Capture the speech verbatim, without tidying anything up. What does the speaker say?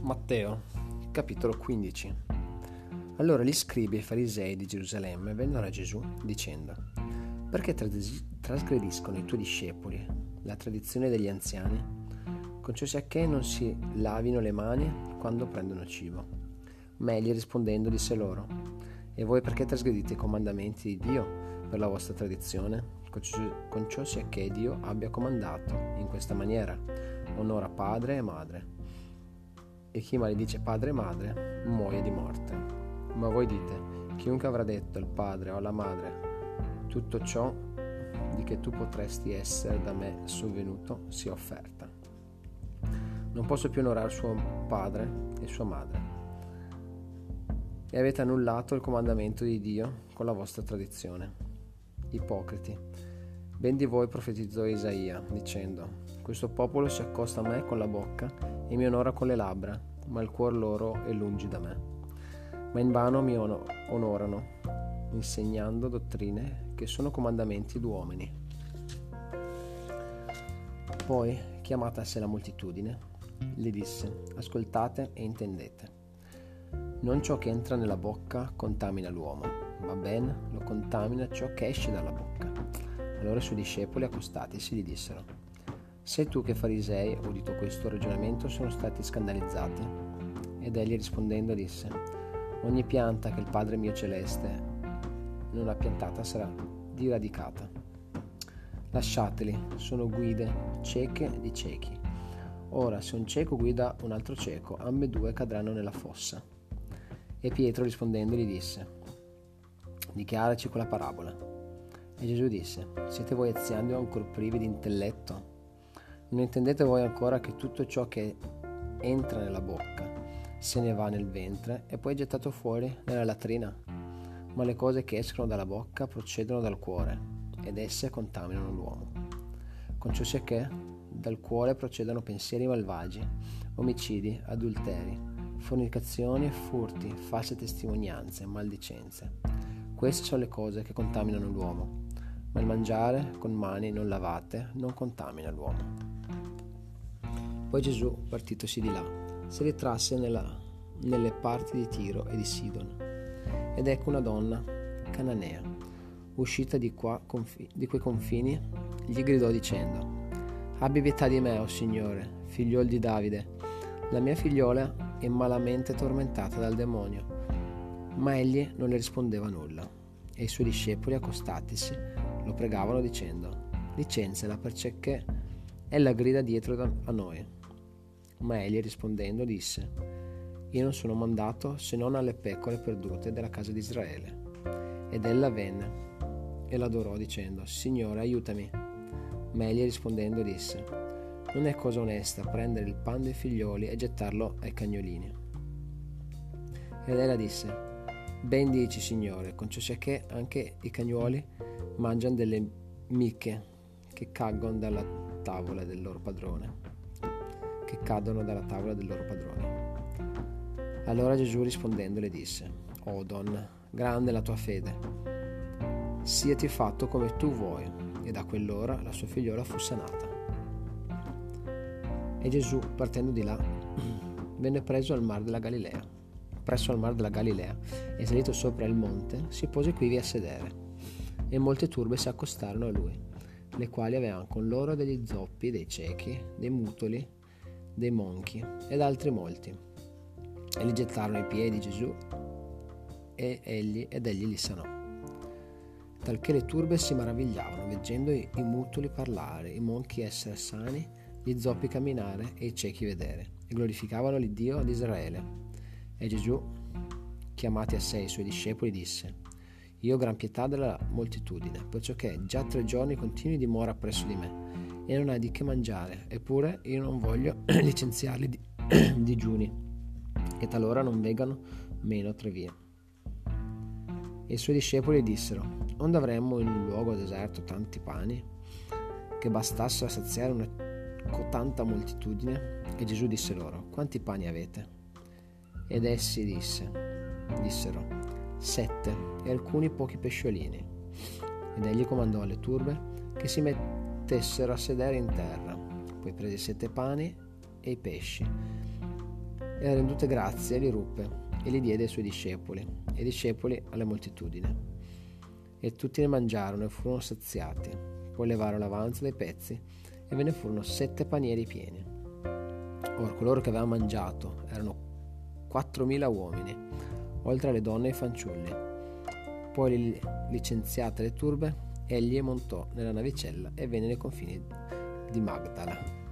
Matteo, capitolo quindici. Allora gli scribi e i farisei di Gerusalemme vennero a Gesù dicendo: perché trasgrediscono i tuoi discepoli la tradizione degli anziani, con ciò sia che non si lavino le mani quando prendono cibo? Ma egli rispondendo disse loro: e voi perché trasgredite i comandamenti di Dio per la vostra tradizione? Con ciò sia che Dio abbia comandato in questa maniera: onora padre e madre, e chi maledice padre e madre muoia di morte. Ma voi dite: chiunque avrà detto al padre o alla madre tutto ciò di che tu potresti essere da me sovvenuto sia offerta. Non posso più onorare suo padre e sua madre. E avete annullato il comandamento di Dio con la vostra tradizione. Ipocriti, ben di voi profetizzò Isaia dicendo: questo popolo si accosta a me con la bocca e mi onora con le labbra, ma il cuor loro è lungi da me. Ma invano mi onorano, insegnando dottrine che sono comandamenti d'uomini. Poi, chiamata a sé la moltitudine, gli disse: ascoltate e intendete. Non ciò che entra nella bocca contamina l'uomo, ma ben lo contamina ciò che esce dalla bocca. Allora i suoi discepoli, accostatisi, gli dissero: sei tu che farisei, udito questo ragionamento, sono stati scandalizzati? Ed egli rispondendo disse: ogni pianta che il Padre mio celeste non ha piantata sarà diradicata. Lasciateli, sono guide cieche di ciechi. Ora, se un cieco guida un altro cieco, ambedue cadranno nella fossa. E Pietro rispondendo gli disse: dichiaraci quella parabola. E Gesù disse: siete voi anziani ancora privi di intelletto? Non intendete voi ancora che tutto ciò che entra nella bocca se ne va nel ventre e poi è gettato fuori nella latrina? Ma le cose che escono dalla bocca procedono dal cuore, ed esse contaminano l'uomo. Con ciò sia che dal cuore procedano pensieri malvagi, omicidi, adulteri, fornicazioni, furti, false testimonianze, maldicenze. Queste sono le cose che contaminano l'uomo, ma il mangiare con mani non lavate non contamina l'uomo. Poi Gesù, partitosi di là, si ritrasse nella, nelle parti di Tiro e di Sidon. Ed ecco una donna cananea, uscita di, qua, confi, di quei confini, gli gridò dicendo: abbi pietà di me, o Signore, figliol di Davide. La mia figliola è malamente tormentata dal demonio. Ma egli non le rispondeva nulla. E i suoi discepoli, accostatisi, lo pregavano dicendo: licenziala, perché ella grida dietro a noi. Ma egli rispondendo disse: io non sono mandato se non alle pecore perdute della casa di Israele. Ed ella venne e l'adorò dicendo: Signore, aiutami. Ma egli rispondendo disse: non è cosa onesta prendere il pan dei figlioli e gettarlo ai cagnolini. Ed ella disse: ben dici, Signore, con ciò sia che anche i cagnoli mangiano delle micche che caggono dalla tavola del loro padrone. che cadono dalla tavola del loro padrone. Allora Gesù rispondendo le disse: O donna, grande è la tua fede, siati fatto come tu vuoi. E da quell'ora la sua figliola fu sanata. E Gesù, partendo di là, venne preso al mar della Galilea, presso al mar della Galilea, e salito sopra il monte, si pose quivi a sedere. E molte turbe si accostarono a lui, le quali avevano con loro degli zoppi, dei ciechi, dei mutoli, dei monchi ed altri molti. E li gettarono ai piedi di Gesù, e egli, ed egli li sanò. Talché le turbe si maravigliavano, veggendo i, i mutoli parlare, i monchi essere sani, gli zoppi camminare e i ciechi vedere, e glorificavano l'Iddio di Israele. E Gesù, chiamati a sé i suoi discepoli, disse: Io ho gran pietà della moltitudine, perciò che già tre giorni continui dimora presso di me, e non ha di che mangiare, eppure io non voglio licenziarli di digiuni, che talora non vengano meno tre vie. E i suoi discepoli dissero: Onde avremmo in un luogo deserto tanti pani, che bastassero a saziare una cotanta moltitudine? E Gesù disse loro: Quanti pani avete? Ed essi disse, dissero: Sette, e alcuni pochi pesciolini. Ed egli comandò alle turbe che si mettessero a sedere in terra. Poi prese sette pani e i pesci, e rendute grazie li ruppe e li diede ai suoi discepoli, e i discepoli alla moltitudine. E tutti ne mangiarono e furono saziati. Poi levarono l'avanzo dei pezzi e ve ne furono sette panieri pieni. Ora coloro che avevano mangiato erano quattromila uomini, oltre alle donne e ai fanciulli. Poi, licenziate le turbe, egli montò nella navicella e venne nei confini di Magdala.